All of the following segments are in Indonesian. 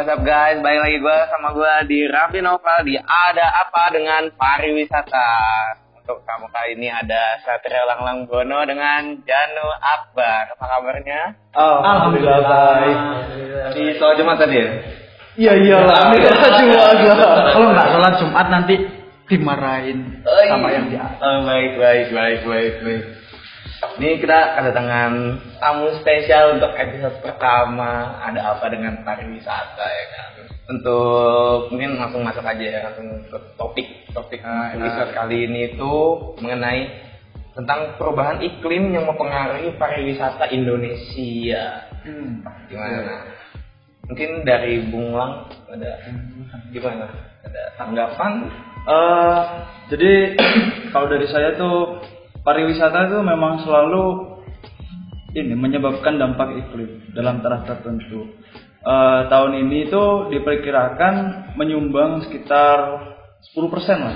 What's up guys, balik lagi sama gue di Raffi Noval di Ada Apa Dengan Pariwisata. Untuk kamu kali ini ada Satria Langlang Bono dengan Janu Akbar. Apa kabarnya? Alhamdulillah baik. Di sholat Jumat tadi ya? Iya iyalah. Kalau nggak sholat Jumat nanti dimarahin sama yang di atas. Baik. Ini kita kedatangan tamu spesial untuk episode pertama Ada Apa Dengan Pariwisata ya kan. Untuk mungkin langsung masuk aja ya, langsung ke topik episode kali ini itu mengenai tentang perubahan iklim yang mempengaruhi pariwisata Indonesia. Gimana? Mungkin dari Bung Lang ada gimana? Ada tanggapan? Jadi kalau dari saya tuh pariwisata itu memang selalu menyebabkan dampak iklim dalam taraf tertentu. Tahun ini itu diperkirakan menyumbang sekitar 10% lah.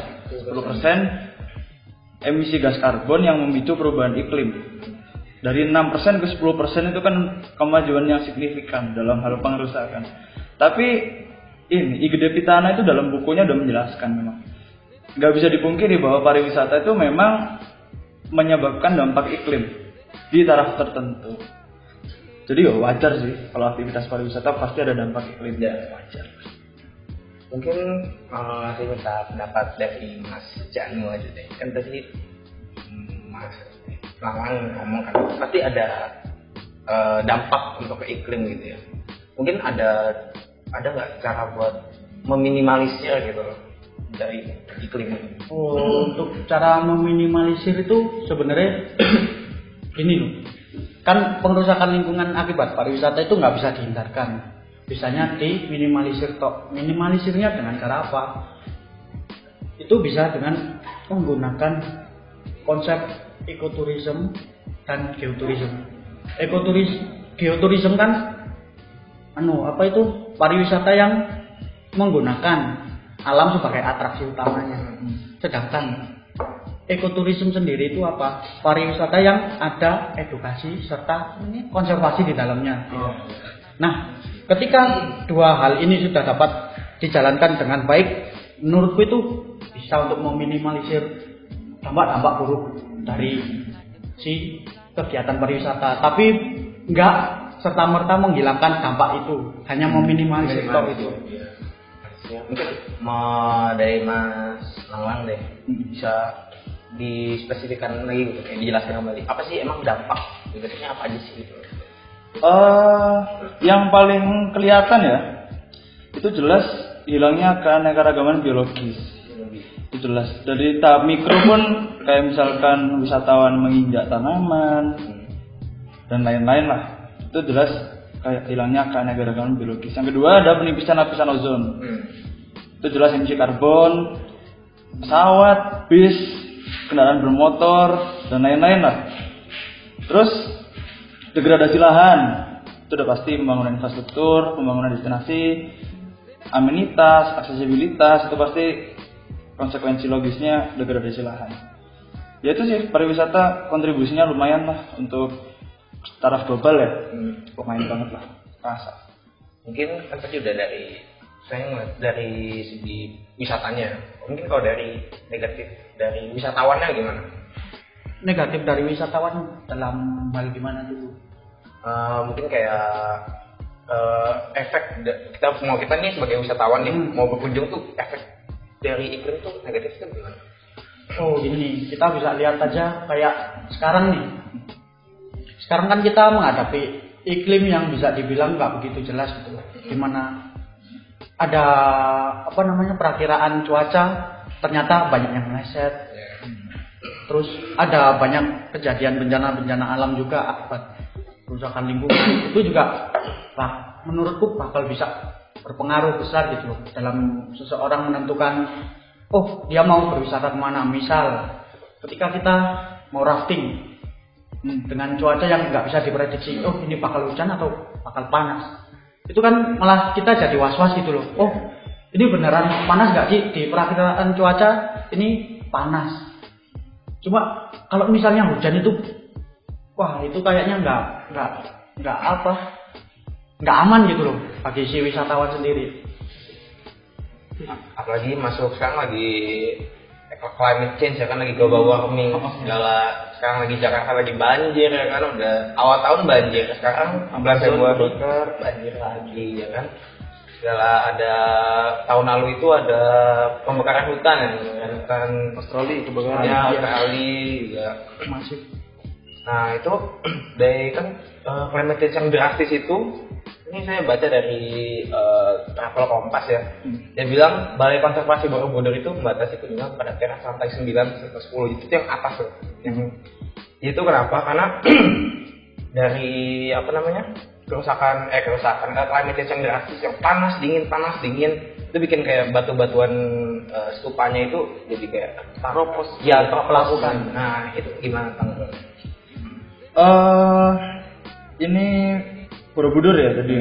10% emisi gas karbon yang memicu perubahan iklim. Dari 6% ke 10% itu kan kemajuan yang signifikan dalam hal pengerusakan. Tapi Igede Pitana itu dalam bukunya udah menjelaskan memang. Gak bisa dipungkiri bahwa pariwisata itu memang menyebabkan dampak iklim di taraf tertentu. Jadi wajar sih kalau aktivitas pariwisata pasti ada dampak iklim. Ya wajar. Mungkin saya minta pendapat dari Mas Janu aja deh. Kan tadi Mas Langang ngomong kan pasti ada dampak untuk ke iklim gitu ya. Mungkin ada nggak cara buat meminimalisir gitu loh dari iklim ini? Untuk cara meminimalisir itu sebenarnya gini loh. Kan pengerusakan lingkungan akibat pariwisata itu nggak bisa dihindarkan. Bisanya diminimalisir toh. Minimalisirnya dengan cara apa? Itu bisa dengan menggunakan konsep ekoturism dan geoturism. Geoturism kan pariwisata yang menggunakan alam sebagai atraksi utamanya. Sedangkan ekoturism sendiri itu apa? Pariwisata yang ada edukasi serta konservasi di dalamnya. Nah, ketika dua hal ini sudah dapat dijalankan dengan baik, menurutku itu bisa untuk meminimalisir dampak-dampak buruk dari si kegiatan pariwisata. Tapi enggak serta-merta menghilangkan dampak itu, hanya meminimalisir itu. Mungkin dari Mas Langlang deh bisa dispesifikkan lagi gitu, kayak dijelaskan kembali apa sih emang dampak negatifnya apa aja sih gitu. Yang paling kelihatan ya itu jelas hilangnya keanekaragaman biologis. Itu jelas dari tahap mikro pun kayak misalkan wisatawan menginjak tanaman dan lain-lain lah. Itu jelas kayak hilangnya keanekaragaman biologis. Yang kedua ada penipisan lapisan ozon. Itu jelas emisi karbon, pesawat, bis, kendaraan bermotor dan lain-lain lah. Terus degradasi lahan. Itu udah pasti pembangunan infrastruktur, pembangunan destinasi, amenitas, aksesibilitas itu pasti konsekuensi logisnya degradasi lahan. Ya itu sih pariwisata kontribusinya lumayan lah untuk taraf global ya. Lumayan banget lah rasa. Mungkin kan tadi udah saya ngeliat dari segi wisatanya. Mungkin kalau dari negatif dari wisatawannya gimana? Negatif dari wisatawan dalam hal gimana dulu? Mungkin kayak efek kita nih sebagai wisatawan nih mau berkunjung tuh efek dari iklim tuh negatifnya gimana? Gini, kita bisa lihat aja kayak sekarang nih. Sekarang kan kita menghadapi iklim yang bisa dibilang nggak begitu jelas gitu, dimana ada perakiraan cuaca ternyata banyak yang meleset. Terus ada banyak kejadian bencana alam juga akibat kerusakan lingkungan. Itu juga menurutku bakal bisa berpengaruh besar gitu dalam seseorang menentukan dia mau berwisata kemana. Misal ketika kita mau rafting dengan cuaca yang nggak bisa diprediksi, ini bakal hujan atau bakal panas, itu kan malah kita jadi was-was gitu loh. Ini beneran panas nggak sih di perakiraan cuaca ini panas. Cuma kalau misalnya hujan itu, itu kayaknya nggak nggak aman gitu loh bagi si wisatawan sendiri. Apalagi masuk sekarang lagi climate change ya kan, lagi global warming segala. Sekarang lagi Jakarta lagi banjir ya kan, udah awal tahun banjir, sekarang bulan Februari banjir lagi ya kan. Segala ada tahun lalu itu ada pembakaran hutan ya, hutan Australia kebakaran ya, Australia juga masih. Nah itu dari kan climate change yang drastis itu, ini saya baca dari Travel Kompas ya. Dia bilang Balai Konservasi Borobudur itu membatasi kunjungan pada teras lantai 9 sampai 10. Itu yang atas loh. Yang itu kenapa? Karena dari apa namanya? kerusakan climate change yang drastis, yang panas dingin itu bikin kayak batu-batuan stupanya itu jadi kayak Teropos. Ya, terpelakukan. Nah, itu gimana tanggapannya? Ini Borobudur ya tadi.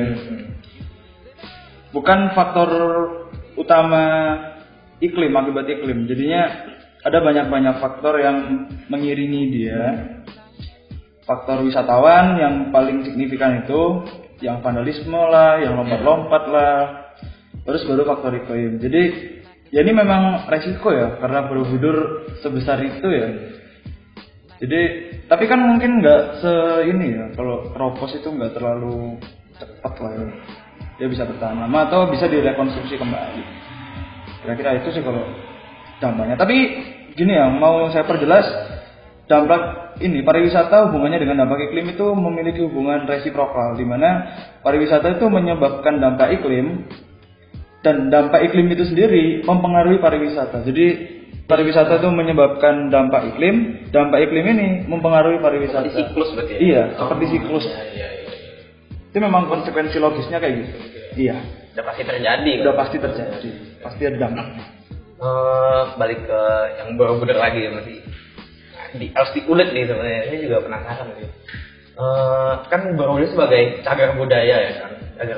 Bukan faktor utama akibat iklim. Jadinya ada banyak faktor yang mengiringi dia. Faktor wisatawan yang paling signifikan itu yang vandalisme lah, yang lompat-lompat lah. Terus baru faktor iklim. Jadi ya ini memang resiko ya karena Borobudur sebesar itu ya. Jadi tapi kan mungkin nggak ini ya, kalau teropos itu nggak terlalu cepat lah ya. Dia bisa bertahan lama atau bisa direkonstruksi kembali. Kira-kira itu sih kalau dampaknya. Tapi gini ya, mau saya perjelas dampak ini pariwisata hubungannya dengan dampak iklim itu memiliki hubungan resiprokal, di mana pariwisata itu menyebabkan dampak iklim dan dampak iklim itu sendiri mempengaruhi pariwisata. Jadi pariwisata itu menyebabkan dampak iklim ini mempengaruhi pariwisata. Seperti siklus berarti ya? Iya, seperti siklus. Iya. Itu memang konsekuensi logisnya kayak gitu. Iya. Udah pasti terjadi. Pasti ada dampaknya. Balik ke yang Borobudur lagi ya masih. Harus diulik nih sebenarnya. Ini juga penasaran sih. Kan Borobudur sebagai cagar budaya ya kan. Cagar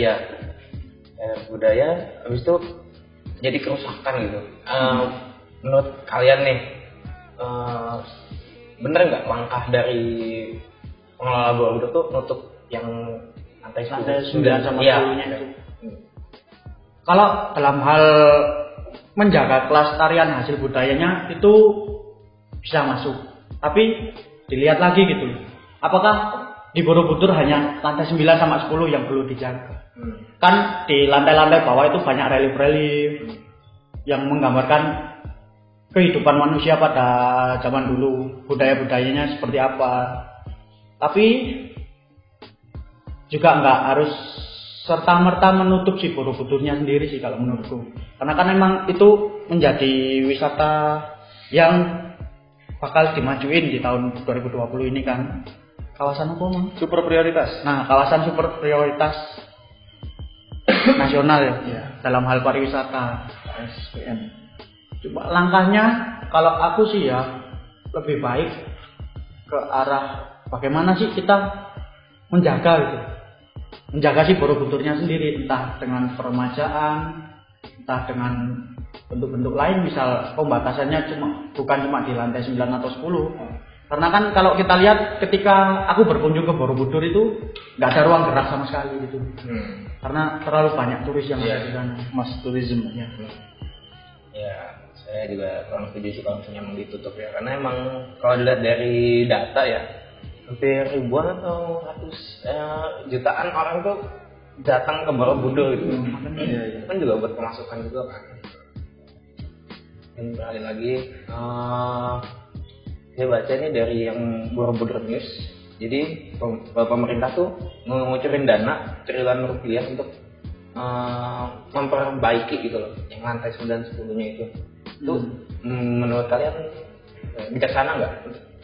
budaya habis itu jadi kerusakan gitu. Menurut kalian nih, bener nggak langkah dari pengelola Borobudur tuh nutup yang lantai 9 sama 10-nya itu? Kalau dalam hal menjaga kelestarian hasil budayanya itu bisa masuk, tapi dilihat lagi gitu, apakah di Borobudur hanya lantai 9 sama 10 yang perlu dijaga? Kan di lantai-lantai bawah itu banyak relief-relief yang menggambarkan kehidupan manusia pada zaman dulu, budaya-budayanya seperti apa. Tapi juga nggak harus serta-merta menutup si Borobudurnya sendiri sih kalau menurutku. Karena kan memang itu menjadi wisata yang bakal dimajuin di tahun 2020 ini kan. Kawasan apa Mang? Super prioritas. Nah, kawasan super prioritas nasional ya, dalam hal pariwisata SPN. Cuma langkahnya kalau aku sih ya lebih baik ke arah bagaimana sih kita menjaga gitu. Menjaga si Borobudurnya sendiri, entah dengan peremajaan, entah dengan bentuk-bentuk lain, misal pembatasannya bukan cuma di lantai 9 atau 10. Karena kan kalau kita lihat ketika aku berkunjung ke Borobudur itu nggak ada ruang gerak sama sekali gitu. Karena terlalu banyak turis yang ada di sana, mass tourism ya. Ya, saya juga kurang setuju sih kalau misalnya mau ditutup ya, karena emang kalau dilihat dari data ya hampir ribuan atau ratus jutaan orang tuh datang ke Borobudur gitu. Itu kan juga buat pemasukan juga kan. Dan kembali lagi saya baca ini dari yang Borobudur News. Jadi pemerintah tuh ngucurin dana triliunan rupiah untuk memperbaiki gitu loh yang lantai 9 10-nya itu. Itu menurut kalian bijaksana nggak?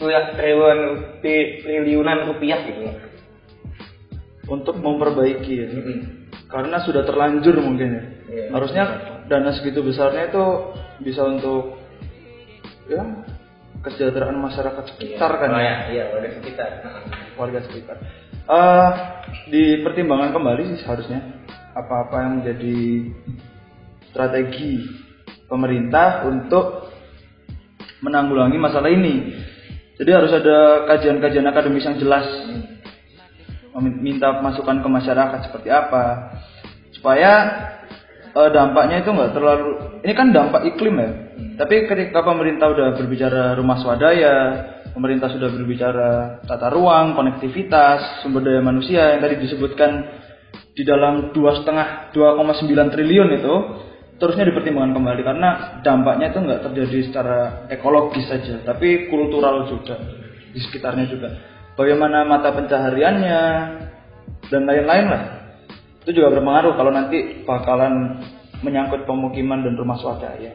Triliunan rupiah gitu untuk memperbaiki ya. Karena sudah terlanjur mungkin ya. Harusnya dana segitu besarnya itu bisa untuk ya kesejahteraan masyarakat sekitar kan. Warga sekitar. Dipertimbangkan kembali sih seharusnya apa-apa yang menjadi strategi pemerintah untuk menanggulangi masalah ini. Jadi harus ada kajian-kajian akademis yang jelas minta masukan ke masyarakat seperti apa supaya dampaknya itu nggak terlalu, ini kan dampak iklim ya. Tapi ketika pemerintah udah berbicara rumah swadaya, pemerintah sudah berbicara tata ruang, konektivitas, sumber daya manusia yang tadi disebutkan di dalam 2,9 triliun itu, terusnya dipertimbangkan kembali karena dampaknya itu nggak terjadi secara ekologis saja, tapi kultural juga di sekitarnya juga. Bagaimana mata pencahariannya dan lain-lain lah. Itu juga berpengaruh kalau nanti bakalan menyangkut pemukiman dan rumah swadaya.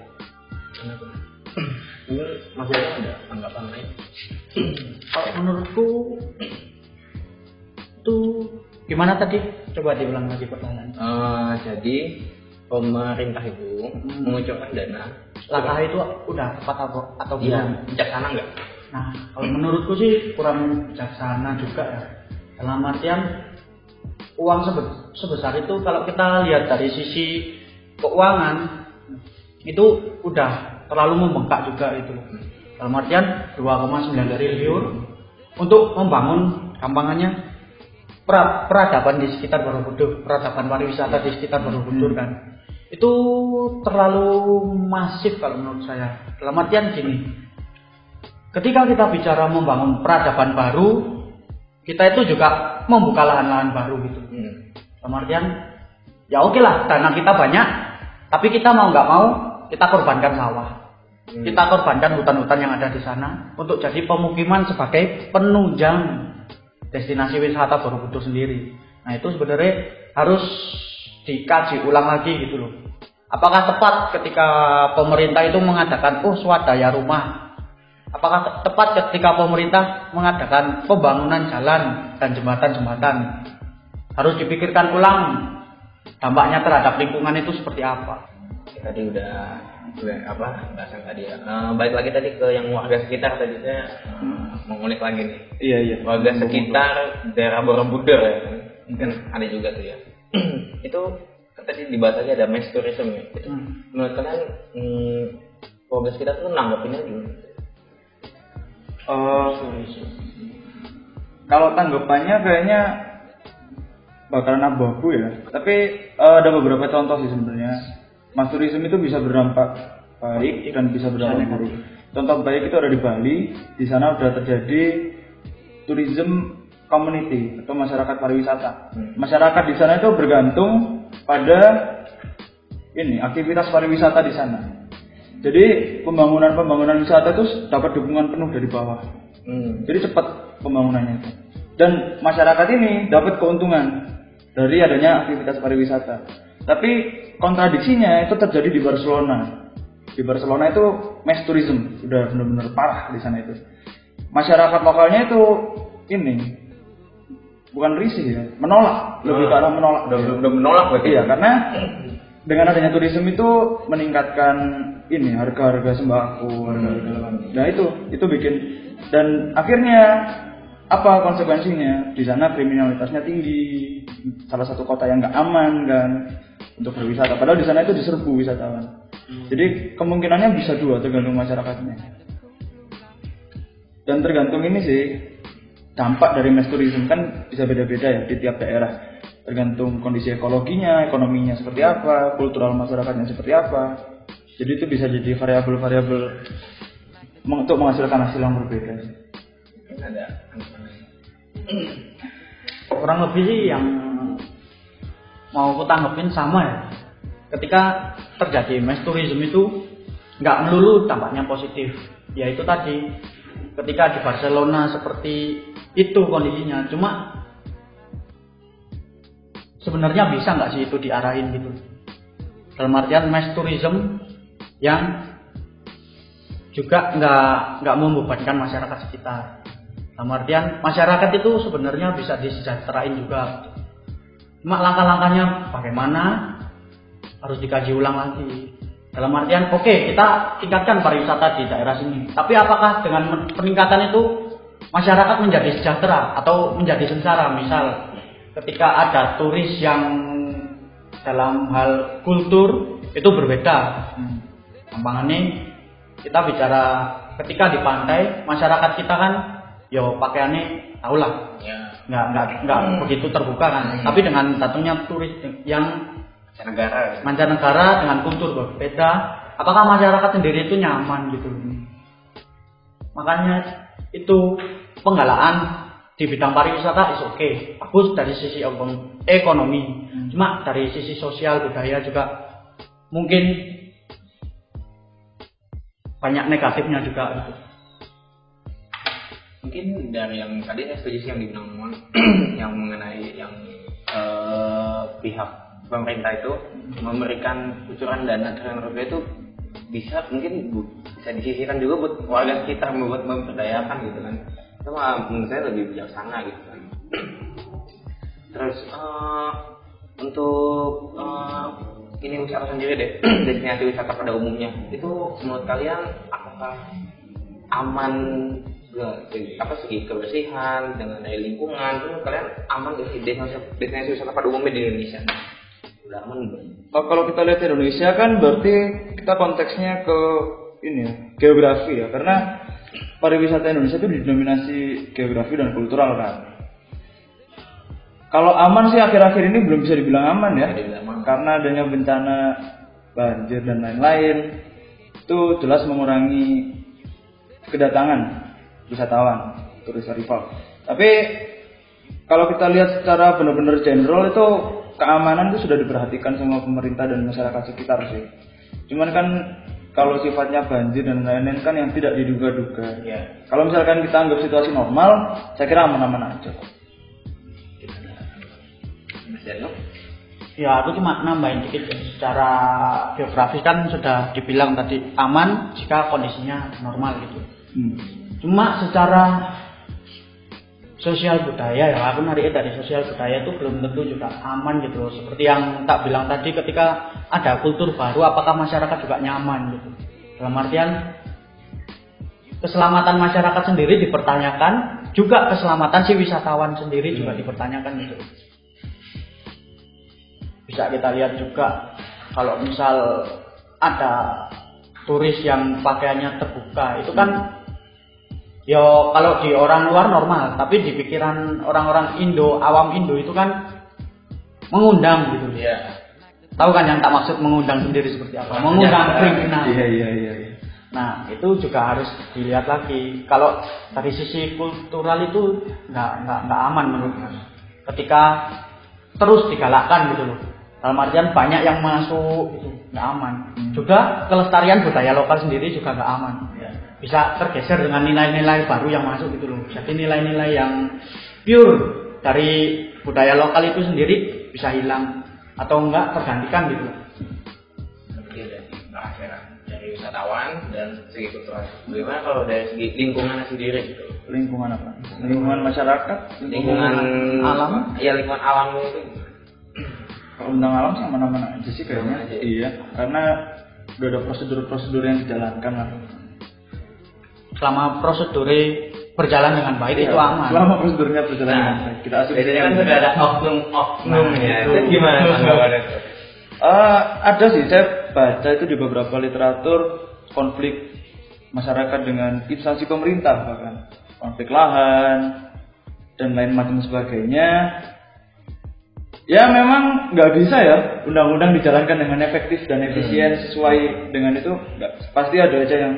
Mas Yoga ada tanggapan lain? Kalau menurutku itu gimana tadi? Coba diulang lagi pertanyaan. Jadi pemerintah itu mengucurkan dana. Langkah itu udah tepat atau Iya, belum? bijaksana nggak? Nah, kalau menurutku sih kurang bijaksana juga ya. Dalam artian uang sebesar itu kalau kita lihat dari sisi keuangan itu udah terlalu membengkak juga itu. Dalam artian 2,9 triliun untuk membangun gampangannya peradaban di sekitar Borobudur, peradaban pariwisata di sekitar Borobudur kan. Itu terlalu masif kalau menurut saya. Dalam artian gini, ketika kita bicara membangun peradaban baru, kita itu juga membuka lahan-lahan baru gitu. Dalam artian, ya oke lah, dana kita banyak, tapi kita mau nggak mau, kita korbankan sawah. Kita korbankan hutan-hutan yang ada di sana untuk jadi pemukiman sebagai penunjang destinasi wisata Borobudur sendiri. Nah itu sebenarnya harus dikaji ulang lagi gitu loh. Apakah tepat ketika pemerintah itu mengadakan swadaya rumah? Apakah tepat ketika pemerintah mengadakan pembangunan jalan dan jembatan-jembatan? Harus dipikirkan ulang dampaknya terhadap lingkungan itu seperti apa. Tadi udah bahasan tadi ya. Balik lagi tadi ke yang warga sekitar tadi saya mengulik lagi nih. Iya. Warga sekitar daerah Borobudur ya. Kan ada juga tuh ya. Itu tadi dibahas aja ada mass tourism ya. Itu menurut kalian warga sekitar tuh nanggepinnya gimana? Kalau tanggapannya kayaknya bakalan abu-abu ya. Tapi ada beberapa contoh sih sebenarnya. Mas turisme itu bisa berdampak baik dan bisa berdampak buruk. Contoh baik itu ada di Bali. Di sana sudah terjadi tourism community atau masyarakat pariwisata. Masyarakat di sana itu bergantung pada aktivitas pariwisata di sana. Jadi pembangunan wisata itu dapat dukungan penuh dari bawah. Jadi cepat pembangunannya itu. Dan masyarakat ini dapat keuntungan dari adanya aktivitas pariwisata. Tapi kontradiksinya itu terjadi di Barcelona. Di Barcelona itu mass tourism sudah benar-benar parah di sana itu. Masyarakat lokalnya itu bukan risih ya, menolak, lebih ke arah menolak. Udah menolak berarti. Iya, karena dengan adanya turisme itu meningkatkan harga-harga sembako, nah itu bikin, dan akhirnya apa konsekuensinya? Di sana kriminalitasnya tinggi, salah satu kota yang nggak aman kan untuk berwisata. Padahal di sana itu diserbu wisatawan. Jadi kemungkinannya bisa dua, tergantung masyarakatnya. Dan tergantung ini sih, dampak dari mass tourism kan bisa beda-beda ya di tiap daerah. Tergantung kondisi ekologinya, ekonominya seperti apa, kultural masyarakatnya seperti apa. Jadi itu bisa jadi variabel-variabel untuk menghasilkan hasil yang berbeda. Ada kurang lebih sih yang mau aku tanggepin sama ya. Ketika terjadi mass tourism itu nggak melulu dampaknya positif. Ya itu tadi, ketika di Barcelona seperti itu kondisinya. Cuma sebenarnya bisa nggak sih itu diarahin gitu? Dalam artian mass tourism yang juga nggak membebankan masyarakat sekitar. Dalam artian masyarakat itu sebenarnya bisa disejahterain juga. Cuma langkah-langkahnya bagaimana harus dikaji ulang lagi. Dalam artian kita tingkatkan pariwisata di daerah sini. Tapi apakah dengan peningkatan itu masyarakat menjadi sejahtera atau menjadi sengsara? Misal ketika ada turis yang dalam hal kultur itu berbeda. Gampangannya kita bicara ketika di pantai, masyarakat kita kan yo pakaiannya tahulah Ya. nggak begitu terbuka kan. Tapi dengan datangnya turis yang mancanegara dengan kultur berbeda, apakah masyarakat sendiri itu nyaman gitu? Makanya itu penggalaan di bidang pariwisata is oke, bagus dari sisi ekonomi. Cuma dari sisi sosial budaya juga mungkin banyak negatifnya juga gitu. Mungkin dari yang tadi saya setuju sih yang dibilang yang mengenai yang pihak pemerintah itu memberikan kucuran dana triliunan rupiah itu bisa disisihkan juga buat warga sekitar, buat memberdayakan gitu kan. Itu menurut saya lebih bijaksana gitu kan. Terus untuk ini wisata sendiri deh, destinasi wisata pada umumnya itu menurut kalian apakah aman segi kebersihan dengan daya lingkungan itu kalian aman gak sih destinasi wisata pada umumnya di Indonesia? Udah aman belum? Kalau kita lihat Indonesia kan berarti kita konteksnya ke ini ya, geografi ya, karena pariwisata Indonesia itu didominasi geografi dan kultural kan. Kalau aman sih akhir-akhir ini belum bisa dibilang aman ya, karena adanya bencana banjir dan lain-lain itu jelas mengurangi kedatangan wisatawan, turis arrival. Tapi kalau kita lihat secara benar-benar general itu keamanan itu sudah diperhatikan sama pemerintah dan masyarakat sekitar sih. Cuman kan kalau sifatnya banjir dan lain-lain kan yang tidak diduga-duga. Ya. Kalau misalkan kita anggap situasi normal, saya kira aman-aman aja. Mas Jano? Ya aku cuma nambahin dikit ya. Secara geografis kan sudah dibilang tadi aman jika kondisinya normal gitu. Cuma secara sosial budaya ya, aku narik dari sosial budaya itu belum tentu juga aman gitu loh. Seperti yang tak bilang tadi, ketika ada kultur baru apakah masyarakat juga nyaman gitu. Dalam artian keselamatan masyarakat sendiri dipertanyakan, juga keselamatan si wisatawan sendiri juga dipertanyakan gitu. Bisa kita lihat juga kalau misal ada turis yang pakaiannya terbuka itu kan yo kalau di orang luar normal, tapi di pikiran orang-orang Indo, awam Indo itu kan mengundang gitu. Iya. Tahu kan yang tak maksud mengundang sendiri seperti apa? Mengundang kriminal. Iya. Nah, itu juga harus dilihat lagi. Kalau dari sisi kultural itu nggak aman menurutku. Ketika terus digalakkan gitu loh. Dalam artian banyak yang masuk itu nggak aman. Juga kelestarian budaya lokal sendiri juga nggak aman. Bisa tergeser dengan nilai-nilai baru yang masuk gitu loh. Jadi nilai-nilai yang pure dari budaya lokal itu sendiri bisa hilang atau enggak tergantikan gitu loh. Berarti dari wisatawan dan segi kultural. Bagaimana kalau dari segi lingkungan sendiri gitu? Lingkungan apa? Lingkungan masyarakat? Lingkungan alam? Ya lingkungan alam itu. Kalau tentang alam sih aman-aman aja sih kayaknya. Iya, karena udah ada prosedur-prosedur yang dijalankan lah. Selama prosedurnya berjalan dengan baik itu aman. Selama prosedurnya berjalan dengan baik. Kita Biasanya kan sudah ada oknum ya. Itu gimana tanggapannya? Ada sih, saya baca itu di beberapa literatur konflik masyarakat dengan instansi pemerintah, bahkan konflik lahan dan lain macam sebagainya. Ya memang nggak bisa ya undang-undang dijalankan dengan efektif dan efisien sesuai dengan itu. Nggak, pasti ada aja yang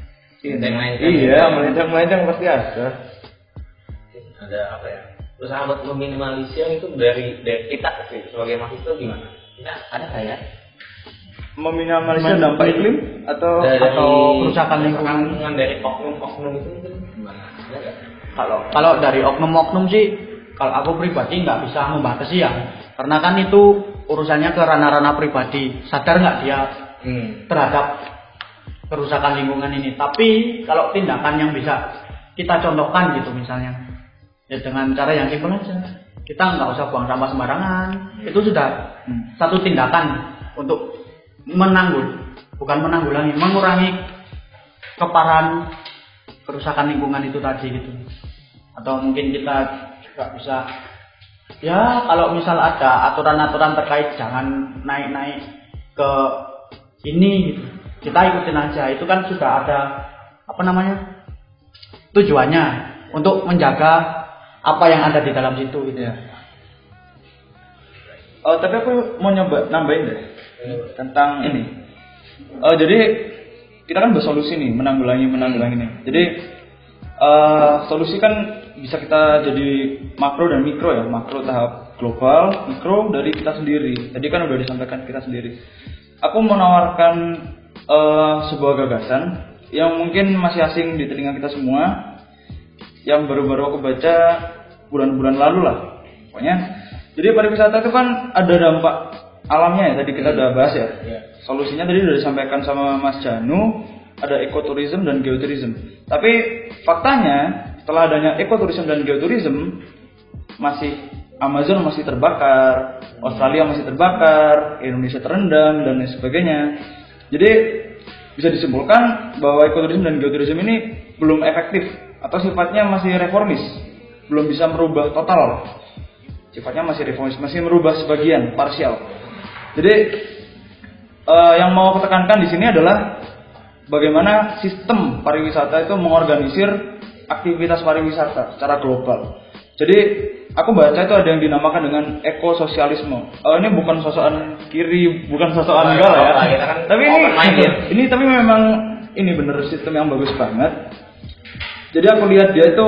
melenceng pasti ada. Ada apa ya? Usaha buat meminimalisir itu dari kita sih sebagai mahasiswa gimana? Ya, ada kayak meminimalisir dampak iklim atau kerusakan lingkungan dari oknum itu gimana? Ada nggak? Kalau dari oknum sih, kalau aku pribadi nggak bisa membatasi ya, karena kan itu urusannya ke ranah-ranah pribadi. Sadar nggak dia terhadap kerusakan lingkungan ini? Tapi kalau tindakan yang bisa kita contohkan gitu misalnya, ya dengan cara yang simpel aja. Kita nggak usah buang sampah sembarangan. Itu sudah satu tindakan untuk menanggulangi, mengurangi keparahan kerusakan lingkungan itu tadi gitu. Atau mungkin kita juga bisa, ya kalau misal ada aturan-aturan terkait jangan naik-naik ke ini gitu, kita ikutin aja. Itu kan sudah ada tujuannya untuk menjaga apa yang ada di dalam situ gitu ya. Oh, tapi aku mau nyoba nambahin deh tentang ini. Jadi kita kan bersolusi nih menanggulangi nih. Jadi solusi kan bisa kita jadi makro dan mikro ya. Makro tahap global, mikro dari kita sendiri. Tadi kan udah disampaikan kita sendiri. Aku menawarkan sebuah gagasan yang mungkin masih asing di telinga kita semua, yang baru-baru aku baca bulan-bulan lalu lah. Pokoknya, jadi pariwisata itu kan ada dampak alamnya ya. Tadi kita udah bahas ya. Solusinya tadi udah disampaikan sama Mas Janu. Ada ekoturism dan geoturism. Tapi faktanya setelah adanya ekoturism dan geoturism, masih Amazon masih terbakar, Australia masih terbakar, Indonesia terendam dan lain sebagainya. Jadi bisa disimpulkan bahwa ekoturism dan geoturism ini belum efektif atau sifatnya masih reformis, belum bisa merubah total. Sifatnya masih reformis, masih merubah sebagian, parsial. Jadi yang mau aku tekankan di sini adalah bagaimana sistem pariwisata itu mengorganisir aktivitas pariwisata secara global. Jadi aku baca itu ada yang dinamakan dengan ekososialisme. Ini bukan sosokan kiri, bukan sosokan enggak lah ya. Tapi ini tapi memang ini bener sistem yang bagus banget. Jadi aku lihat dia itu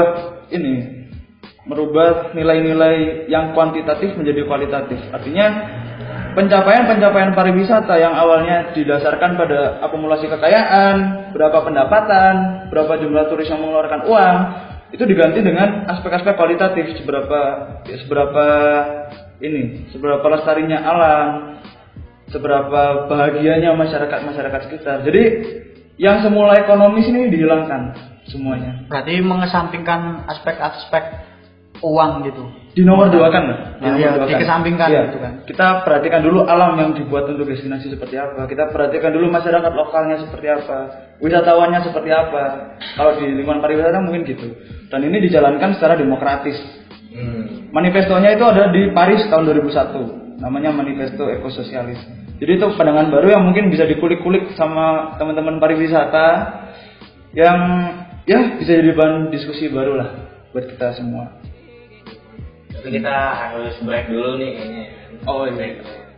merubah nilai-nilai yang kuantitatif menjadi kualitatif. Artinya pencapaian pariwisata yang awalnya didasarkan pada akumulasi kekayaan, berapa pendapatan, berapa jumlah turis yang mengeluarkan uang, itu diganti dengan aspek-aspek kualitatif, seberapa lestarinya alam, seberapa bahagianya masyarakat sekitar. Jadi yang semula ekonomis ini dihilangkan semuanya. Berarti mengesampingkan aspek-aspek uang gitu. Dinomorduakan lah. Dikesampingkan ya. gitu kan. Kita perhatikan dulu alam yang dibuat untuk destinasi seperti apa. Kita perhatikan dulu masyarakat lokalnya seperti apa, wisatawannya seperti apa. Kalau di lingkungan pariwisata mungkin gitu. Dan ini dijalankan secara demokratis. Manifestonya itu ada di Paris tahun 2001. Namanya Manifesto Ekososialis. Jadi itu pandangan baru yang mungkin bisa dikulik-kulik sama teman-teman pariwisata yang ya bisa jadi bahan diskusi baru lah buat kita semua. Tapi kita harus break dulu nih kayaknya. Oh iya.